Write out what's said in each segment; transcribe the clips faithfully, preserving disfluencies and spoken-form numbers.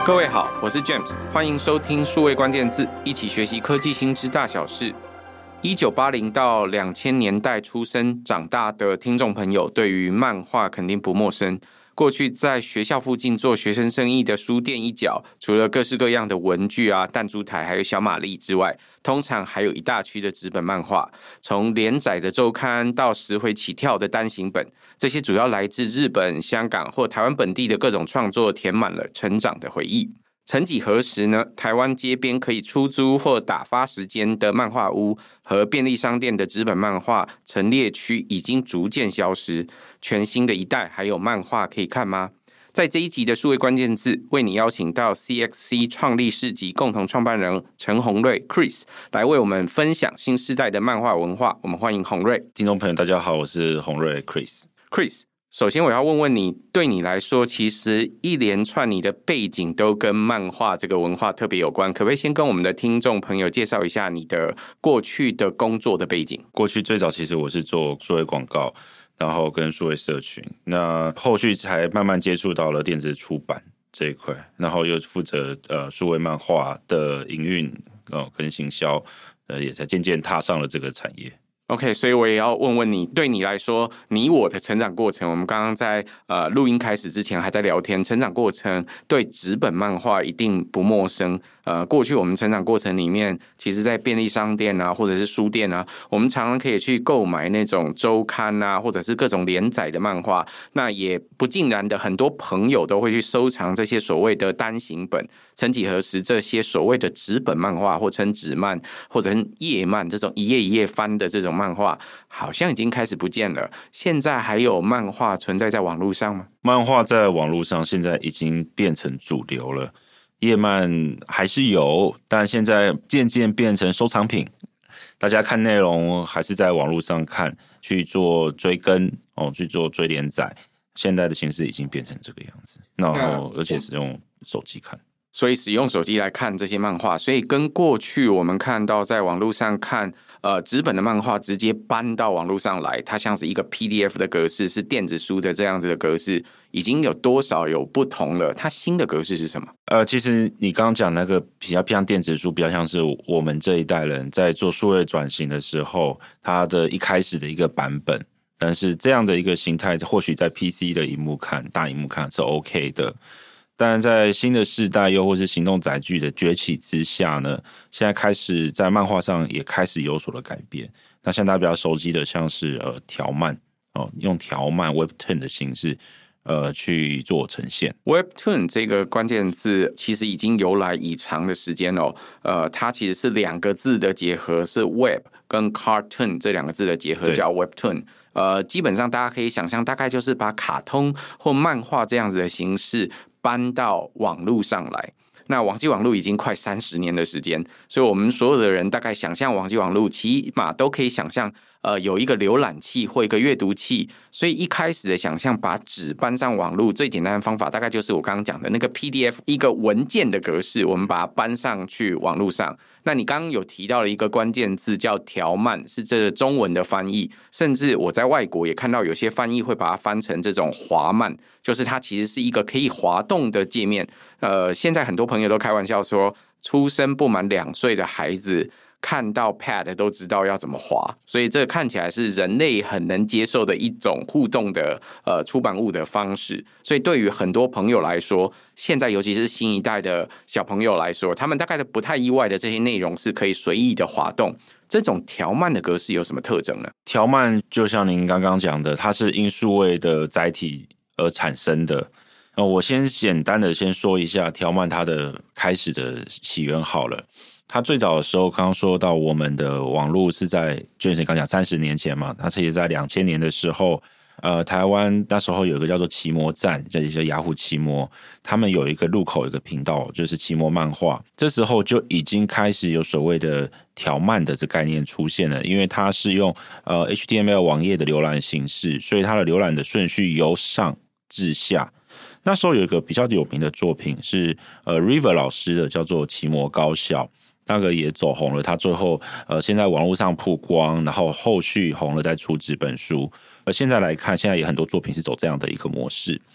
各位好，我是 James， 欢迎收听数位关键字，一起学习科技新知大小事。一九八零到两千年代出生长大的听众朋友，对于漫画肯定不陌生。过去在学校附近做学生生意的书店一角，除了各式各样的文具啊、弹珠台还有小玛丽之外，通常还有一大区的纸本漫画，从连载的周刊到十回起跳的单行本，这些主要来自日本、香港或台湾本地的各种创作，填满了成长的回忆。曾几何时呢，台湾街边可以出租或打发时间的漫画屋和便利商店的纸本漫画陈列区已经逐渐消失，全新的一代还有漫画可以看吗？在这一集的数位关键字，为你邀请到 C X C 创立市集共同创办人陈宏瑞 Chris 来为我们分享新世代的漫画文化。我们欢迎宏瑞。 听众朋友大家好，我是宏瑞 Chris。 Chris，首先我要问问你，对你来说其实一连串你的背景都跟漫画这个文化特别有关，可不可以先跟我们的听众朋友介绍一下你的过去的工作的背景？ 过去最早其实我是做数位广告，然后跟数位社群，那后续才慢慢接触到了电子出版这一块，然后又负责呃数位漫画的营运、呃、跟行销，呃也才渐渐踏上了这个产业。 OK， 所以我也要问问你，对你来说，你我的成长过程，我们刚刚在呃录音开始之前还在聊天，成长过程对纸本漫画一定不陌生。呃，过去我们成长过程里面，其实在便利商店啊，或者是书店啊，我们常常可以去购买那种周刊啊，或者是各种连载的漫画。那也不尽然的，很多朋友都会去收藏这些所谓的单行本。曾几何时，这些所谓的纸本漫画，或称纸漫，或者是页漫，这种一页一页翻的这种漫画，好像已经开始不见了。现在还有漫画存在在网络上吗？ 漫画在网络上现在已经变成主流了。页漫还是有，但现在渐渐变成收藏品，大家看内容还是在网络上看，去做追更、哦、去做追连载。现在的形式已经变成这个样子，然后而且是用手机看， 所以使用手机来看这些漫画，所以跟过去我们看到在网络上看呃纸本的漫画直接搬到网络上来，它像是一个 P D F 的格式，是电子书的这样子的格式，已经有多少有不同了？它新的格式是什么？ 呃，其实你刚刚讲那个比较偏向电子书，比较像是我们这一代人在做数位转型的时候，它的一开始的一个版本。但是这样的一个形态，或许在 P C 的萤幕看、大萤幕看是 OK 的。但在新的世代又或是行动载具的崛起之下呢，现在开始在漫画上也开始有所的改变。那像大家比较熟悉的，像是呃条漫哦，用条漫 Webtoon 的形式呃去做呈现。 Webtoon 这个关键字其实已经由来已长的时间哦，呃，它其实是两个字的结合，是 Web 跟 Cartoon 这两个字的结合叫 Webtoon。呃，基本上大家可以想象，大概就是把卡通或漫画这样子的形式搬到网络上来。那网际网络已经快三十年的时间，所以我们所有的人大概想象网际网络，起码都可以想象，呃，有一个浏览器或一个阅读器。所以一开始的想象，把纸搬上网络，最简单的方法大概就是我刚刚讲的那个 P D F 一个文件的格式，我们把它搬上去网络上。那你刚刚有提到了一个关键字叫条漫，是这中文的翻译，甚至我在外国也看到有些翻译会把它翻成这种滑漫，就是它其实是一个可以滑动的界面。呃，现在很多朋友都开玩笑说，出生不满两岁的孩子看到 Pad 都知道要怎么滑，所以这个看起来是人类很能接受的一种互动的呃出版物的方式。所以对于很多朋友来说，现在尤其是新一代的小朋友来说，他们大概不太意外的这些内容是可以随意的滑动。这种条漫的格式有什么特征呢？ 条漫就像您刚刚讲的，它是因数位的载体而产生的。呃、我先简单的先说一下条漫它的开始的起源好了。它最早的时候，刚刚说到我们的网络是在，就像刚讲三十年前嘛，它是也在两千年的时候，呃，台湾那时候有一个叫做奇摩站，叫叫雅虎奇摩，他们有一个入口，有一个频道，就是奇摩漫画。这时候就已经开始有所谓的条漫的这概念出现了，因为它是用呃 H T M L 网页的浏览形式，所以它的浏览的顺序由上至下。那时候有一个比较有名的作品是呃 River 老师的，叫做奇摩高校。那个也走红了，他最后呃现在网络上曝光，然后后续红了再出纸本书。而现在来看，现在也很多作品是走这样的一个模式。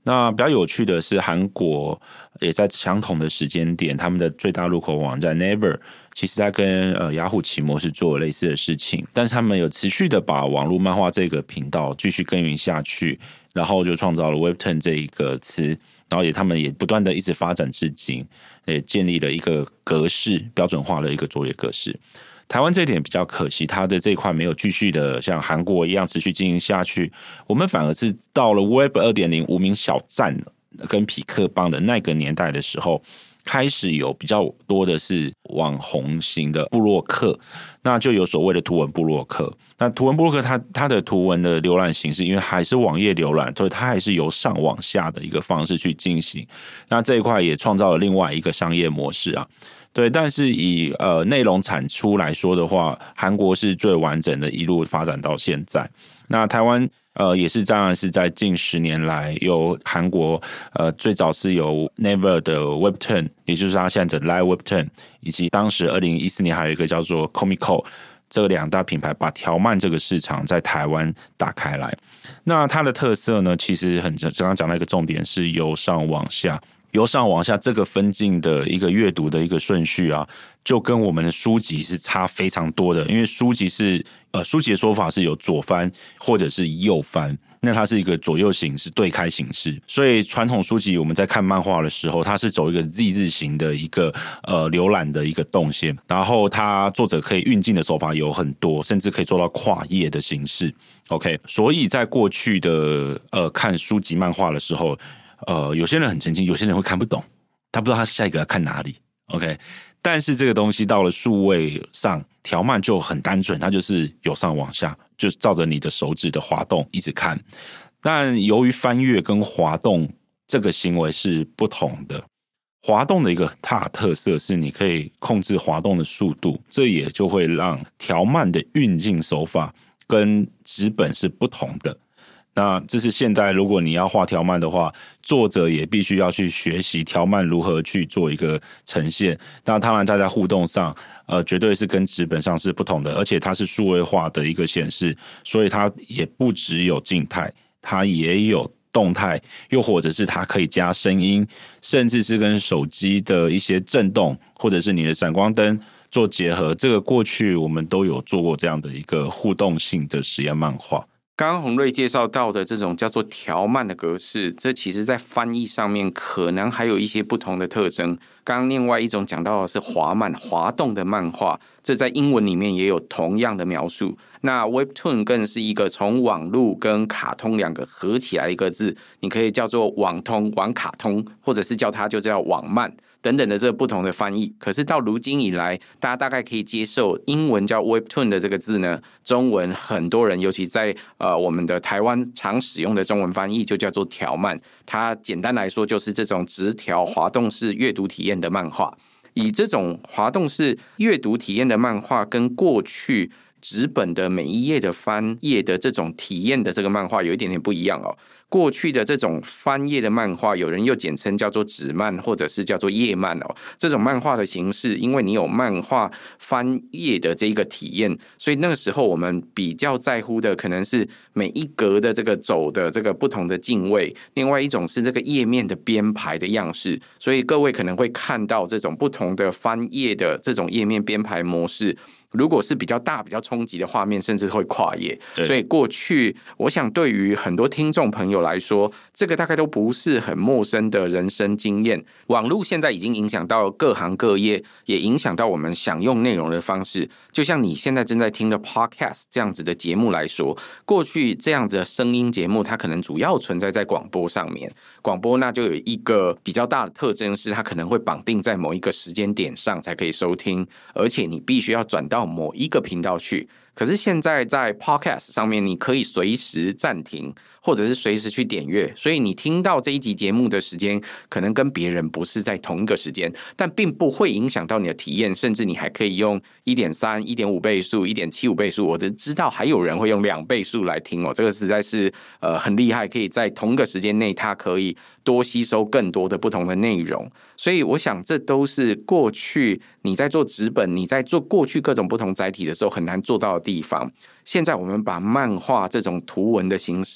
那比较有趣的是，韩国也在相同的时间点，他们的最大入口网站 Naver 其实在跟呃雅虎奇摩是做类似的事情，但是他们有持续的把网络漫画这个频道继续耕耘下去，然后就创造了 Webtoon 这一个词，然后也他们也不断的一直发展至今，也建立了一个格式，标准化的一个作业格式。台湾这一点比较可惜，它的这一块没有继续的像韩国一样持续经营下去，我们反而是到了 Web 二点零 无名小站跟匹克邦的那个年代的时候，开始有比较多的是网红型的部落客，那就有所谓的图文部落客。那图文部落客它它的图文的浏览形式，因为还是网页浏览，所以它还是由上往下的一个方式去进行。那这一块也创造了另外一个商业模式啊。对，但是以呃内容产出来说的话，韩国是最完整的，一路发展到现在。那台湾呃也是当然是在近十年来，由韩国呃最早是由 Naver 的 Webtoon， 也就是它现在的 Live Webtoon， 以及当时二零一四年还有一个叫做 Comico， 这两大品牌把条漫这个市场在台湾打开来。那它的特色呢，其实很刚刚讲到一个重点是由上往下。由上往下这个分镜的一个阅读的一个顺序啊，就跟我们的书籍是差非常多的。因为书籍是呃书籍的说法是有左翻或者是右翻，那它是一个左右形式对开形式，所以传统书籍我们在看漫画的时候，它是走一个 Z 字形的一个呃浏览的一个动线，然后它作者可以运镜的手法有很多，甚至可以做到跨页的形式。OK， 所以在过去的呃看书籍漫画的时候。呃，有些人很沉浸，有些人会看不懂，他不知道他下一个要看哪里。OK， 但是这个东西到了数位上，条漫就很单纯，它就是由上往下，就照着你的手指的滑动一直看。但由于翻阅跟滑动这个行为是不同的，滑动的一个很大的特色是你可以控制滑动的速度，这也就会让条漫的运镜手法跟纸本是不同的。那这是现在如果你要画条漫的话，作者也必须要去学习条漫如何去做一个呈现。那当然它在互动上呃，绝对是跟纸本上是不同的，而且它是数位化的一个显示，所以它也不只有静态，它也有动态，又或者是它可以加声音，甚至是跟手机的一些震动或者是你的闪光灯做结合。这个过去我们都有做过这样的一个互动性的实验漫画。 刚刚洪瑞介绍到的这种叫做条漫的格式，这其实在翻译上面可能还有一些不同的特征。刚刚另外一种讲到的是滑漫，滑动的漫画，这在英文里面也有同样的描述。那 Webtoon 更是一个从网路跟卡通两个合起来一个字，你可以叫做网通、网卡通，或者是叫它就叫网漫等等的这个不同的翻译。可是到如今以来，大家大概可以接受英文叫 Webtoon 的这个字呢，中文很多人尤其在呃我们的台湾常使用的中文翻译就叫做条漫。它简单来说就是这种直条滑动式阅读体验的漫画。以这种滑动式阅读体验的漫画跟过去纸本的每一页的翻页的这种体验的这个漫画有一点点不一样哦。过去的这种翻页的漫画，有人又简称叫做纸漫或者是叫做页漫哦。这种漫画的形式，因为你有漫画翻页的这个体验，所以那个时候我们比较在乎的可能是每一格的这个走的这个不同的进位，另外一种是这个页面的编排的样式。所以各位可能会看到这种不同的翻页的这种页面编排模式。如果是比较大比较冲击的画面，甚至会跨页。所以过去我想对于很多听众朋友来说，这个大概都不是很陌生的人生经验。网络现在已经影响到各行各业，也影响到我们享用内容的方式。就像你现在正在听的 podcast 这样子的节目来说，过去这样子的声音节目它可能主要存在在广播上面，广播那就有一个比较大的特征是它可能会绑定在某一个时间点上才可以收听，而且你必须要转到某一个频道去。可是现在在 podcast 上面，你可以随时暂停，或者是随时去点阅，所以你听到这一集节目的时间可能跟别人不是在同一个时间，但并不会影响到你的体验，甚至你还可以用 一点三、一点五 倍速、一点七五 倍速，我知道还有人会用两倍速来听哦，这个实在是呃很厉害，可以在同一个时间内它可以多吸收更多的不同的内容。所以我想这都是过去你在做纸本，你在做过去各种不同载体的时候很难做到的地方。现在我们把漫画这种图文的形式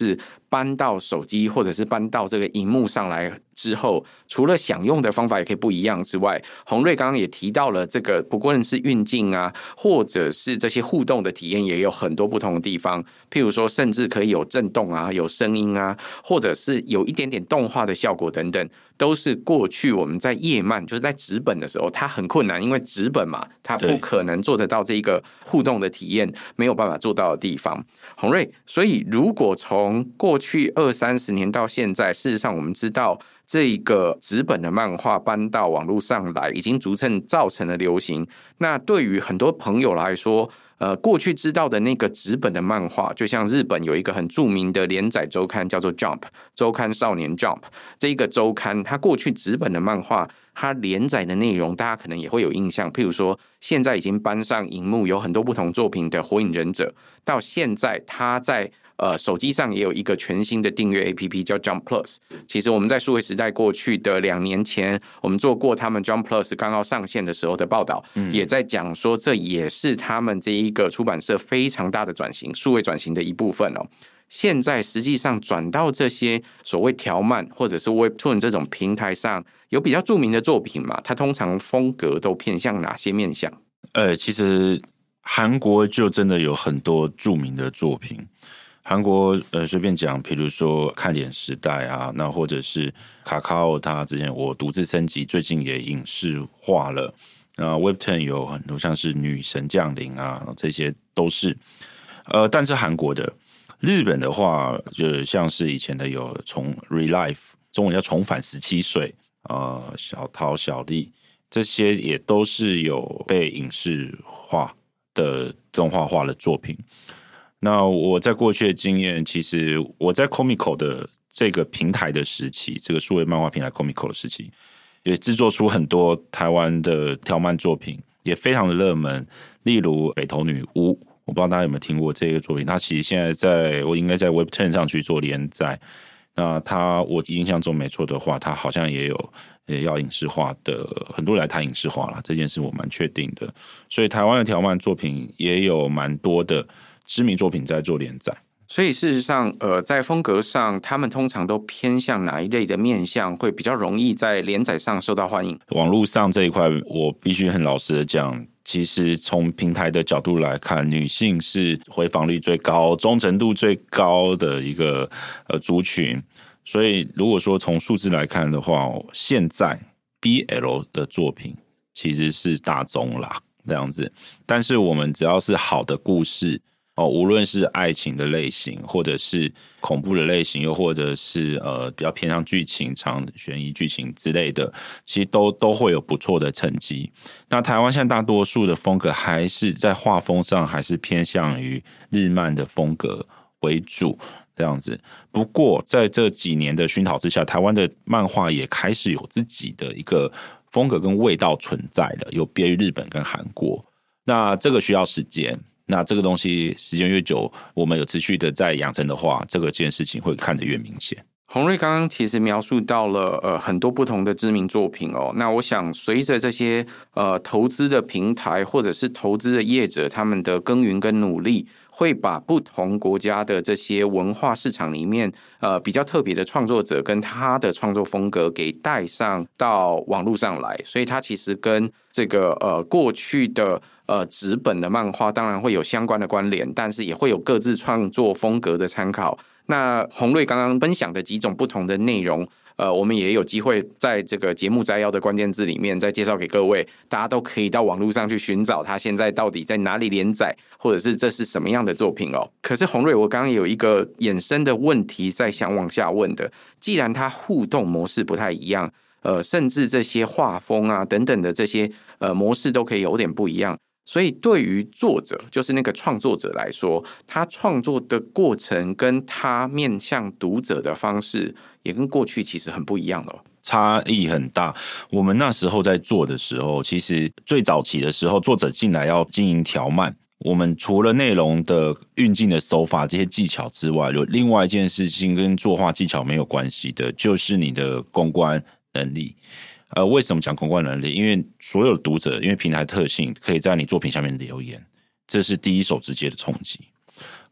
搬到手机或者是搬到这个荧幕上来之后，除了享用的方法也可以不一样之外，宏瑞刚刚也提到了这个，不论是运镜啊，或者是这些互动的体验，也有很多不同的地方。譬如说，甚至可以有震动啊，有声音啊，或者是有一点点动画的效果等等，都是过去我们在页漫，就是在纸本的时候，它很困难，因为纸本嘛，它不可能做得到这个互动的体验，没有办法做到的地方。宏瑞，所以如果从过去二三十年到现在，事实上我们知道，这个纸本的漫画搬到网络上来，已经逐渐造成了流行。那对于很多朋友来说，呃，过去知道的那个纸本的漫画，就像日本有一个很著名的连载周刊叫做 Jump 周刊少年 Jump， 这一个周刊，它过去纸本的漫画，它连载的内容，大家可能也会有印象。譬如说，现在已经搬上荧幕，有很多不同作品的《火影忍者》，到现在它在呃，手机上也有一个全新的订阅 A P P 叫 Jump Plus。其实我们在数位时代过去的两年前，我们做过他们 Jump Plus 刚刚上线的时候的报道，嗯、也在讲说这也是他们这一个出版社非常大的转型，数位转型的一部分哦。现在实际上转到这些所谓条漫或者是 Webtoon 这种平台上，有比较著名的作品嘛？它通常风格都偏向哪些面向？ 呃，其实韩国就真的有很多著名的作品。韩国呃，随便讲，比如说看脸时代啊，那或者是卡卡欧，他之前我独自升级，最近也影视化了。那 Webtoon 有很多像是女神降临啊，这些都是。呃，但是韩国的，日本的话，就像是以前的有重 Relife， 中文叫重返十七岁啊，小桃、小丽，这些也都是有被影视化的动画化的作品。那我在过去的经验，其实我在 Comico 的这个平台的时期，这个数位漫画平台 Comico 的时期，也制作出很多台湾的条漫作品，也非常的热门。例如《北投女巫》，我不知道大家有没有听过这个作品，它其实现在在我应该在 Webtoon 上去做连载。那它我印象中没错的话，它好像也有也要影视化的，很多人来谈影视化啦，这件事我蛮确定的。所以台湾的条漫作品也有蛮多的知名作品在做连载。 所以事实上，呃，在风格上，他们通常都偏向哪一类的面向，会比较容易在连载上受到欢迎？ 网络上这一块，我必须很老实的讲，其实从平台的角度来看，女性是回访率最高、忠诚度最高的一个呃族群。所以，如果说从数字来看的话，现在 B L 的作品其实是大宗啦，这样子。但是我们只要是好的故事。哦，无论是爱情的类型，或者是恐怖的类型，又或者是呃比较偏向剧情、长悬疑剧情之类的，其实都都会有不错的成绩。那台湾现在大多数的风格还是在画风上，还是偏向于日漫的风格为主这样子。不过在这几年的熏陶之下，台湾的漫画也开始有自己的一个风格跟味道存在了，有别于日本跟韩国。那这个需要时间。那这个东西时间越久，我们有持续的在养成的话，这个件事情会看得越明显。 宏瑞刚刚其实描述到了呃很多不同的知名作品哦，那我想随着这些呃投资的平台或者是投资的业者他们的耕耘跟努力，会把不同国家的这些文化市场里面呃比较特别的创作者跟他的创作风格给带上到网络上来，所以它其实跟这个呃过去的呃纸本的漫画当然会有相关的关联，但是也会有各自创作风格的参考。那宏瑞刚刚分享的几种不同的内容，呃，我们也有机会在这个节目摘要的关键字里面再介绍给各位，大家都可以到网络上去寻找它现在到底在哪里连载，或者是这是什么样的作品哦。可是宏瑞，我刚刚有一个衍生的问题在想往下问的，既然它互动模式不太一样，呃，甚至这些画风啊等等的这些呃模式都可以有点不一样。所以对于作者，就是那个创作者来说，他创作的过程跟他面向读者的方式也跟过去其实很不一样了， 差异很大。我们那时候在做的时候，其实最早期的时候，作者进来要经营条漫，我们除了内容的运镜的手法这些技巧之外，有另外一件事情跟作画技巧没有关系的，就是你的公关能力。呃，为什么讲公关能力？因为所有的读者，因为平台特性，可以在你作品下面留言，这是第一手直接的冲击。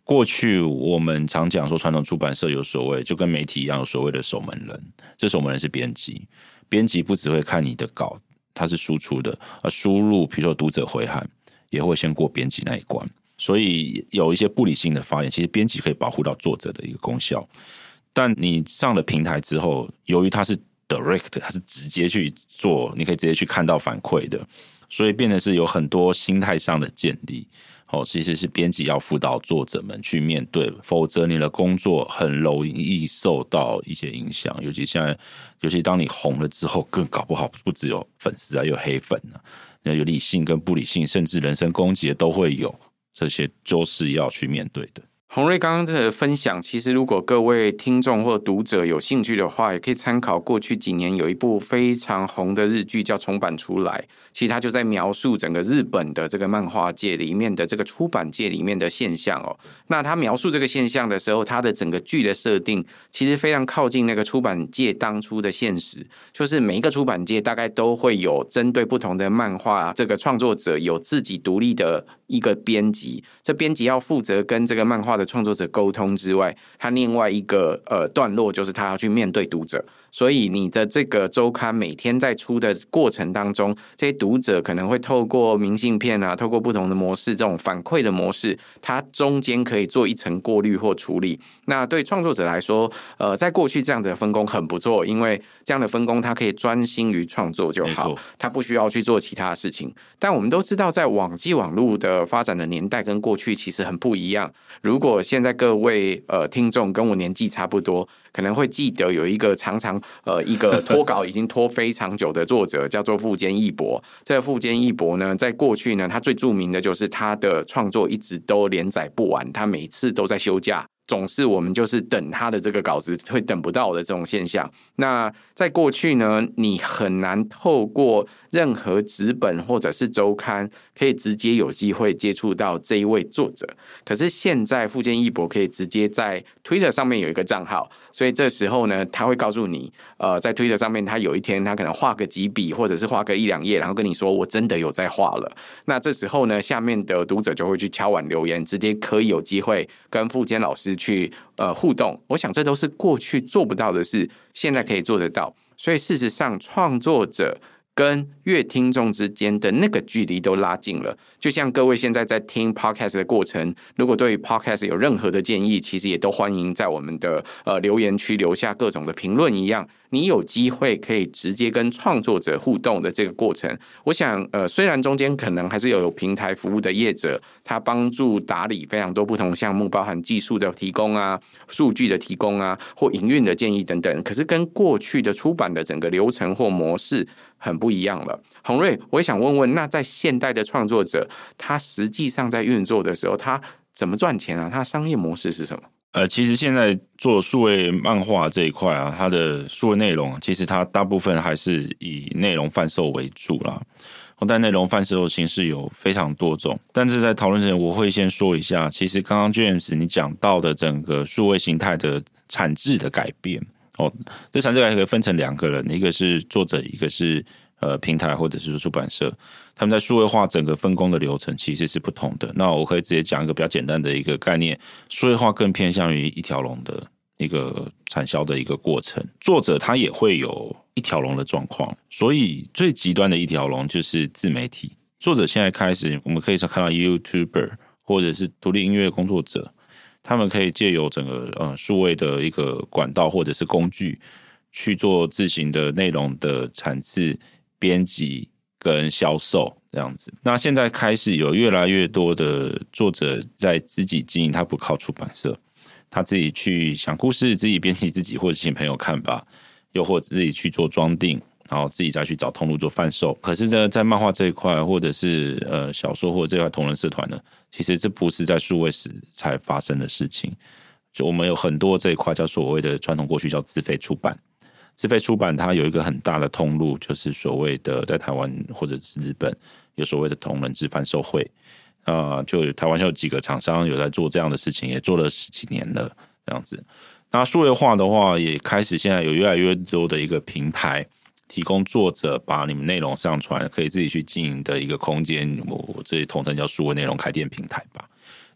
过去我们常讲说，传统出版社有所谓，就跟媒体一样，有所谓的守门人。这守门人是编辑，编辑不只会看你的稿，他是输出的，呃，输入比如说读者回函，也会先过编辑那一关。所以有一些不理性的发言，其实编辑可以保护到作者的一个功效。但你上了平台之后，由于它是 direct， 它是直接去做，你可以直接去看到反馈的，所以变成是有很多心态上的建立。哦，其实是编辑要辅导作者们去面对，否则你的工作很容易受到一些影响。尤其现在，尤其当你红了之后，更搞不好不只有粉丝啊，有黑粉啊，有理性跟不理性，甚至人身攻击的都会有，这些都是要去面对的。 洪瑞刚刚的分享，其实如果各位听众或读者有兴趣的话，也可以参考过去几年有一部非常红的日剧叫《重版出来》，其实它就在描述整个日本的这个漫画界里面的这个出版界里面的现象哦。那他描述这个现象的时候，他的整个剧的设定其实非常靠近那个出版界当初的现实，就是每一个出版界大概都会有针对不同的漫画这个创作者有自己独立的一个编辑，这编辑要负责跟这个漫画的创作者沟通之外，他另外一个呃段落就是他要去面对读者。所以你的这个周刊每天在出的过程当中，这些读者可能会透过明信片啊，透过不同的模式，这种反馈的模式，它中间可以做一层过滤或处理。那对创作者来说，呃，在过去这样的分工很不错，因为这样的分工他可以专心于创作就好，他不需要去做其他的事情。但我们都知道，在网际网络的发展的年代跟过去其实很不一样。如果现在各位呃听众跟我年纪差不多，可能会记得有一个常常呃一个拖稿已经拖非常久的作者，叫做富坚义博。这个富坚义博呢，在过去呢，他最著名的就是他的创作一直都连载不完，他每次都在休假。总是我们就是等他的这个稿子会等不到的这种现象。那在过去呢，你很难透过任何纸本或者是周刊可以直接有机会接触到这一位作者。可是现在富坚义博可以直接在 Twitter 上面有一个账号，所以这时候呢，他会告诉你，呃，在 Twitter 上面他有一天他可能画个几笔，或者是画个一两页，然后跟你说我真的有在画了。那这时候呢，下面的读者就会去敲碗留言，直接可以有机会跟富坚老师去呃互动。我想这都是过去做不到的事，现在可以做得到。所以事实上，创作者跟乐听众之间的那个距离都拉近了。就像各位现在在听 podcast 的过程，如果对于 podcast 有任何的建议，其实也都欢迎在我们的呃留言区留下各种的评论一样。你有机会可以直接跟创作者互动的这个过程，我想呃虽然中间可能还是有平台服务的业者，他帮助打理非常多不同项目，包含技术的提供啊、数据的提供啊，或营运的建议等等，可是跟过去的出版的整个流程或模式很不一样了。洪瑞，我也想问问，那在现代的创作者，他实际上在运作的时候，他怎么赚钱啊？他商业模式是什么？ 呃，其实现在做数位漫画这一块啊，它的数位内容，其实它大部分还是以内容贩售为主啦。但内容贩售的形式有非常多种，但是在讨论之前，我会先说一下，其实刚刚 James 你讲到的整个数位形态的产制的改变哦，这产制改变可以分成两个人，一个是作者，一个是呃平台或者是出版社，他们在数位化整个分工的流程其实是不同的。那我可以直接讲一个比较简单的一个概念，数位化更偏向于一条龙的一个产销的一个过程，作者他也会有一条龙的状况，所以最极端的一条龙就是自媒体。作者现在开始，我们可以看到 YouTuber 或者是独立音乐工作者，他们可以借由整个呃数位的一个管道或者是工具去做自行的内容的产制、编辑跟销售这样子。那现在开始有越来越多的作者在自己经营，他不靠出版社，他自己去想故事，自己编辑自己，或者请朋友看吧，又或者自己去做装订，然后自己再去找通路做贩售。可是呢，在漫画这一块，或者是呃小说或者这块同人社团呢，其实这不是在数位时才发生的事情。就我们有很多这一块叫所谓的传统过去叫自费出版，自费出版它有一个很大的通路，就是所谓的在台湾或者是日本有所谓的同人志贩售会。呃，就台湾有几个厂商有在做这样的事情，也做了十几年了这样子。那数位化的话，也开始现在有越来越多的一个平台，提供作者把你们内容上传，可以自己去经营的一个空间，我这里统称叫数位内容开店平台吧。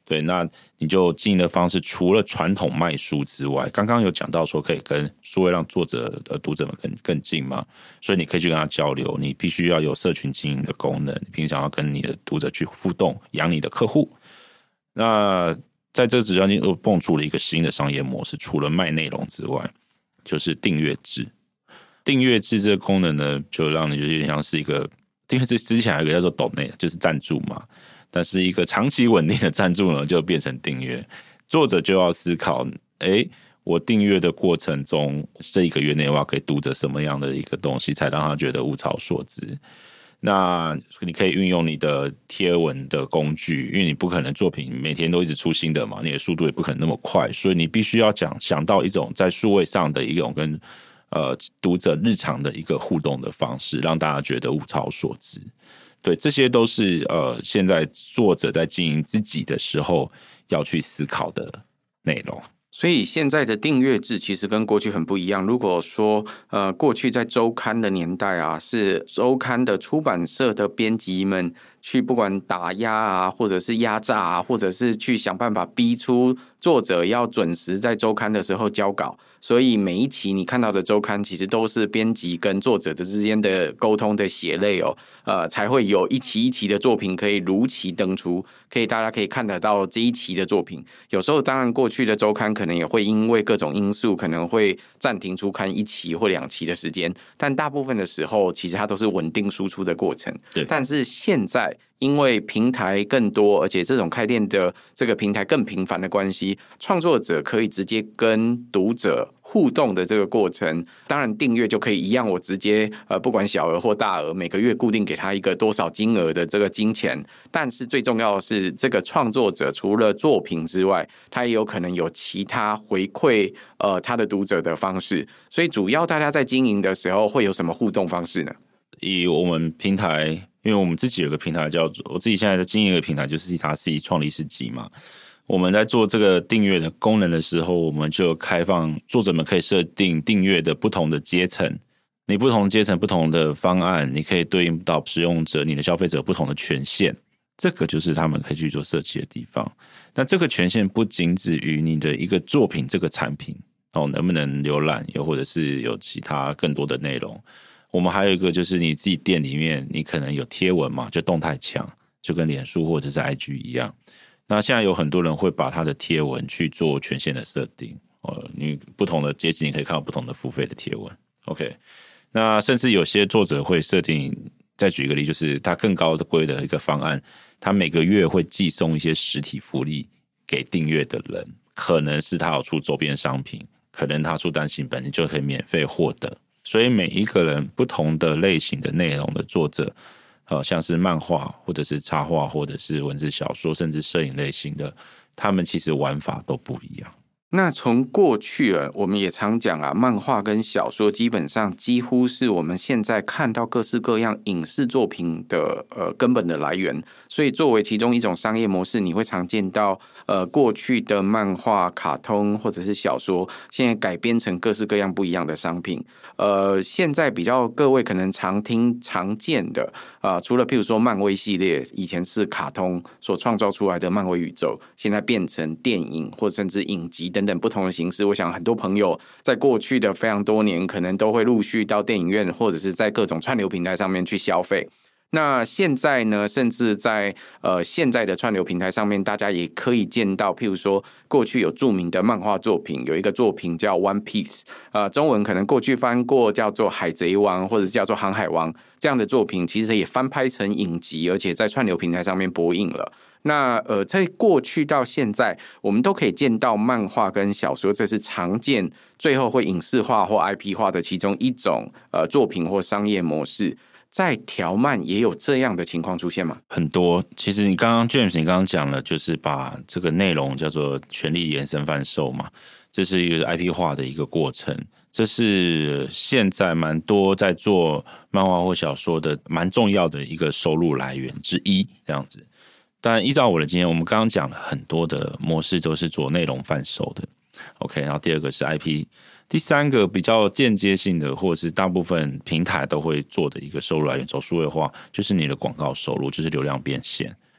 对，那你就经营的方式，除了传统卖书之外，刚刚有讲到说可以跟数位让作者的读者们更更近嘛，所以你可以去跟他交流，你必须要有社群经营的功能，你平常要跟你的读者去互动，养你的客户。那在这个之间又蹦出了一个新的商业模式，除了卖内容之外，就是订阅制。订阅制这个功能呢，就让你有点像是一个订阅制之前还有一个叫做 Donate， 就是赞助嘛。但是一个长期稳定的赞助呢，就变成订阅。作者就要思考，哎，我订阅的过程中，这一个月内我要给读者什么样的一个东西，才让他觉得物超所值。那你可以运用你的贴文的工具，因为你不可能作品每天都一直出新的嘛，你的速度也不可能那么快，所以你必须要讲想到一种在数位上的一种跟呃读者日常的一个互动的方式，让大家觉得物超所值。对，这些都是呃，现在作者在经营自己的时候要去思考的内容。 所以现在的订阅制其实跟过去很不一样。如果说呃，过去在周刊的年代啊，是周刊的出版社的编辑们去不管打压啊，或者是压榨啊，或者是去想办法逼出作者要准时在周刊的时候交稿。所以每一期你看到的周刊其实都是编辑跟作者的之间的沟通的血泪哦，呃，才会有一期一期的作品可以如期登出，可以大家可以看得到这一期的作品。有时候当然过去的周刊可能也会因为各种因素可能会暂停出刊一期或两期的时间，但大部分的时候其实它都是稳定输出的过程。 对， 但是现在因为平台更多，而且这种开店的这个平台更频繁的关系，创作者可以直接跟读者互动的这个过程，当然订阅就可以一样，我直接呃不管小额或大额，每个月固定给他一个多少金额的这个金钱。但是最重要的是，这个创作者除了作品之外，他也有可能有其他回馈呃他的读者的方式。所以主要大家在经营的时候会有什么互动方式呢？ 以我们平台，因为我们自己有个平台叫做，我自己现在在经营一个平台，就是他自己创立世纪嘛。我们在做这个订阅的功能的时候，我们就开放作者们可以设定订阅的不同的阶层，你不同阶层不同的方案，你可以对应到使用者你的消费者不同的权限，这个就是他们可以去做设计的地方。那这个权限不仅止于你的一个作品这个产品哦，能不能浏览，又或者是有其他更多的内容。我们还有一个就是你自己店里面你可能有贴文嘛，就动态墙，就跟脸书或者是 I G 一样。那现在有很多人会把他的贴文去做权限的设定，呃，你不同的阶级你可以看到不同的付费的贴文 ，OK。那甚至有些作者会设定，再举一个例，就是他更高的规的一个方案，他每个月会寄送一些实体福利给订阅的人，可能是他有出周边商品，可能他出单行本，你就可以免费获得。所以每一个人不同的类型的内容的作者，呃，像是漫画或者是插画或者是文字小说甚至摄影类型的，他们其实玩法都不一样。 那从过去啊，我们也常讲啊，漫画跟小说基本上几乎是我们现在看到各式各样影视作品的呃根本的来源。所以作为其中一种商业模式，你会常见到呃过去的漫画、卡通或者是小说，现在改编成各式各样不一样的商品。呃，现在比较各位可能常听常见的啊、呃，除了譬如说漫威系列，以前是卡通所创造出来的漫威宇宙，现在变成电影或甚至影集等等不同的形式。我想很多朋友在过去的非常多年，可能都会陆续到电影院或者是在各种串流平台上面去消费。那现在呢，甚至在呃现在的串流平台上面，大家也可以见到，譬如说过去有著名的漫画作品，有一个作品叫 One Piece， 呃，中文可能过去翻过叫做海贼王或者叫做航海王，这样的作品其实也翻拍成影集，而且在串流平台上面播映了。那呃，在过去到现在，我们都可以见到漫画跟小说，这是常见最后会影视化或 I P 化的其中一种呃作品或商业模式。在条漫也有这样的情况出现吗？ 很多。其实你刚刚 James 你刚刚讲了，就是把这个内容叫做权利延伸贩售嘛，这是一个 I P 化的一个过程，这是现在蛮多在做漫画或小说的蛮重要的一个收入来源之一，这样子。但依照我的经验，我们刚刚讲了很多的模式都是做内容贩售的 OK， 然后第二个是 I P， 第三个比较间接性的或者是大部分平台都会做的一个收入来源，走数位化，就是你的广告收入，就是流量变现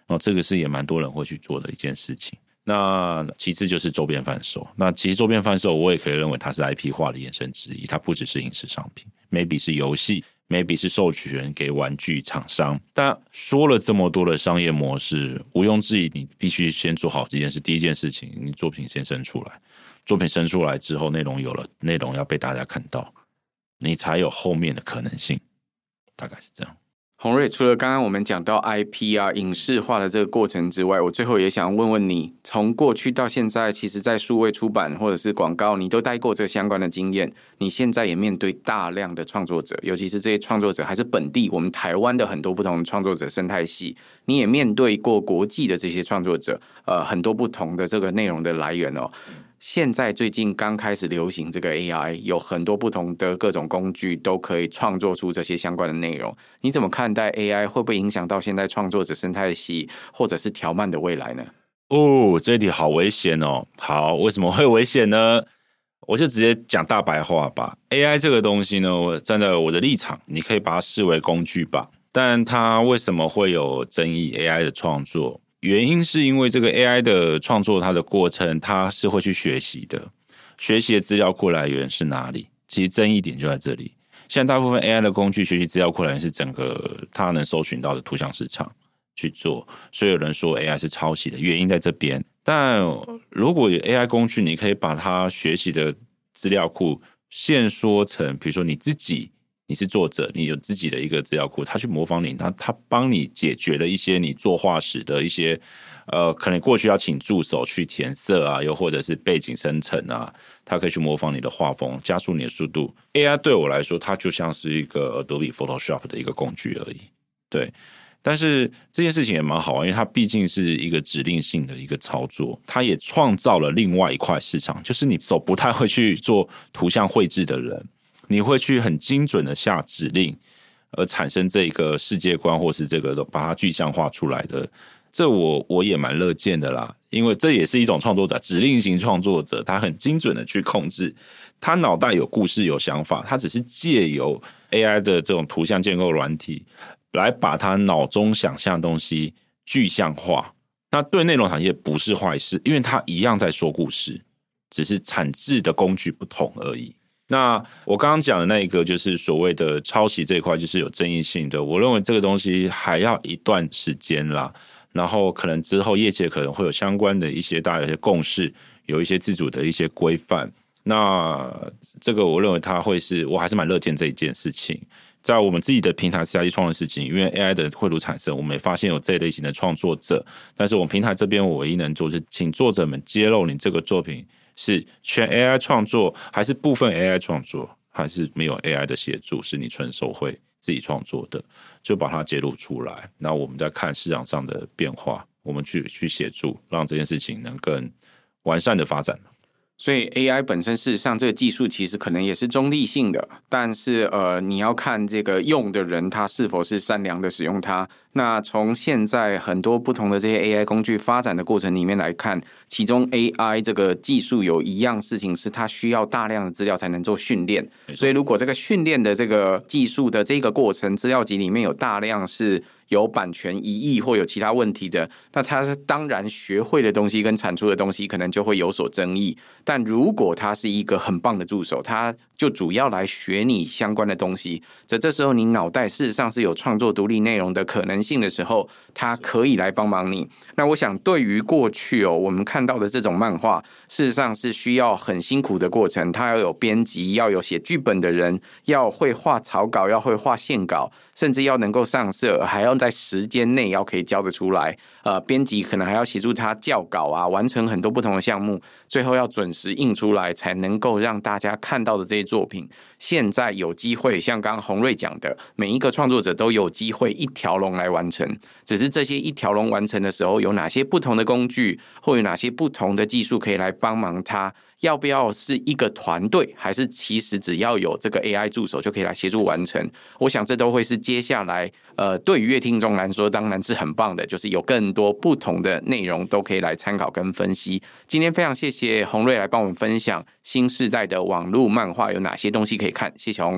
哦，这个是也蛮多人会去做的一件事情。那其次就是周边贩售，那其实周边贩售我也可以认为它是 I P 化的衍生之一，它不只是影视商品 maybe 是游戏 maybe 是授权给玩具厂商。但说了这么多的商业模式，毋庸置疑你必须先做好这件事。第一件事情，你作品先生出来，作品生出来之后，内容有了，内容要被大家看到，你才有后面的可能性，大概是这样。 洪瑞，除了刚刚我们讲到 I P 啊影视化的这个过程之外，我最后也想问问你，从过去到现在，其实在数位出版或者是广告，你都待过这相关的经验，你现在也面对大量的创作者，尤其是这些创作者还是本地我们台湾的很多不同的创作者生态系，你也面对过国际的这些创作者，呃，很多不同的这个内容的来源哦。现在最近刚开始流行这个 A I， 有很多不同的各种工具都可以创作出这些相关的内容。你怎么看待 A I 会不会影响到现在创作者生态系或者是条漫的未来呢？ 哦，这一题好危险哦。好，为什么会危险呢？我就直接讲大白话吧。A I 这个东西呢，我站在我的立场，你可以把它视为工具吧。但它为什么会有争议 A I 的创作？原因是因为这个 A I 的创作它的过程，它是会去学习的，学习的资料库来源是哪里？其实争议点就在这里。现在大部分 A I 的工具学习资料库来源是整个它能搜寻到的图像市场去做，所以有人说 A I 是抄袭的原因在这边。但如果有 A I 工具，你可以把它学习的资料库限缩成，比如说你自己你是作者，你有自己的一个资料库，他去模仿你，他他帮你解决了一些你作画时的一些呃，可能过去要请助手去填色啊，又或者是背景生成啊，他可以去模仿你的画风，加速你的速度。A I 对我来说，它就像是一个 Adobe Photoshop 的一个工具而已，对。但是这件事情也蛮好玩，因为它毕竟是一个指令性的一个操作，它也创造了另外一块市场，就是你手不太会去做图像绘制的人，你会去很精准的下指令，而产生这个世界观，或是这个把它具象化出来的，这我我也蛮乐见的啦。因为这也是一种创作者，指令型创作者，他很精准的去控制，他脑袋有故事有想法，他只是借由 A I 的这种图像建构软体来把他脑中想象的东西具象化。那对内容产业不是坏事，因为他一样在说故事，只是产制的工具不同而已。那我刚刚讲的那一个就是所谓的抄袭这一块，就是有争议性的，我认为这个东西还要一段时间啦，然后可能之后业界可能会有相关的一些大家有些共识，有一些自主的一些规范。那这个我认为它会是，我还是蛮乐见这一件事情。在我们自己的平台 C I D 创作事情，因为 A I 的绘图产生，我们也发现有这一类型的创作者，但是我们平台这边我唯一能做是请作者们揭露你这个作品是全 A I 创作还是部分 A I 创作，还是没有 A I 的协助，是你纯手绘自己创作的，就把它揭露出来。那我们在看市场上的变化，我们去去协助，让这件事情能更完善的发展。 所以 A I 本身事实上这个技术其实可能也是中立性的，但是呃，你要看这个用的人他是否是善良的使用它。那从现在很多不同的这些 A I 工具发展的过程里面来看，其中 A I 这个技术有一样事情是它需要大量的资料才能做训练，所以如果这个训练的这个技术的这个过程资料集里面有大量是有版权疑义或有其他问题的，那他当然学会的东西跟产出的东西可能就会有所争议。但如果他是一个很棒的助手，他就主要来学你相关的东西，在这时候你脑袋事实上是有创作独立内容的可能性的时候，他可以来帮忙你。那我想对于过去哦，我们看到的这种漫画事实上是需要很辛苦的过程，他要有编辑，要有写剧本的人，要会画草稿，要会画线稿，甚至要能够上色，还要在时间内要可以交得出来。呃，编辑可能还要协助他校稿啊，完成很多不同的项目，最后要准时印出来，才能够让大家看到的这些作品。现在有机会，像刚刚洪瑞讲的，每一个创作者都有机会一条龙来完成。只是这些一条龙完成的时候，有哪些不同的工具，或有哪些不同的技术可以来帮忙他？要不要是一个团队，还是其实只要有这个 A I 助手就可以来协助完成？我想这都会是接下来呃，对于乐听众来说当然是很棒的，就是有更多不同的内容都可以来参考跟分析。今天非常谢谢洪瑞来帮我们分享新世代的网络漫画有哪些东西可以看，谢谢洪瑞。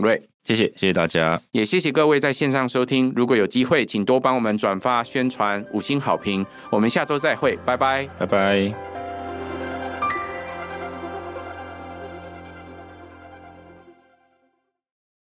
谢谢，谢谢大家， 也谢谢各位在线上收听。如果有机会，请多帮我们转发宣传，五星好评。我们下周再会，拜拜， 拜拜。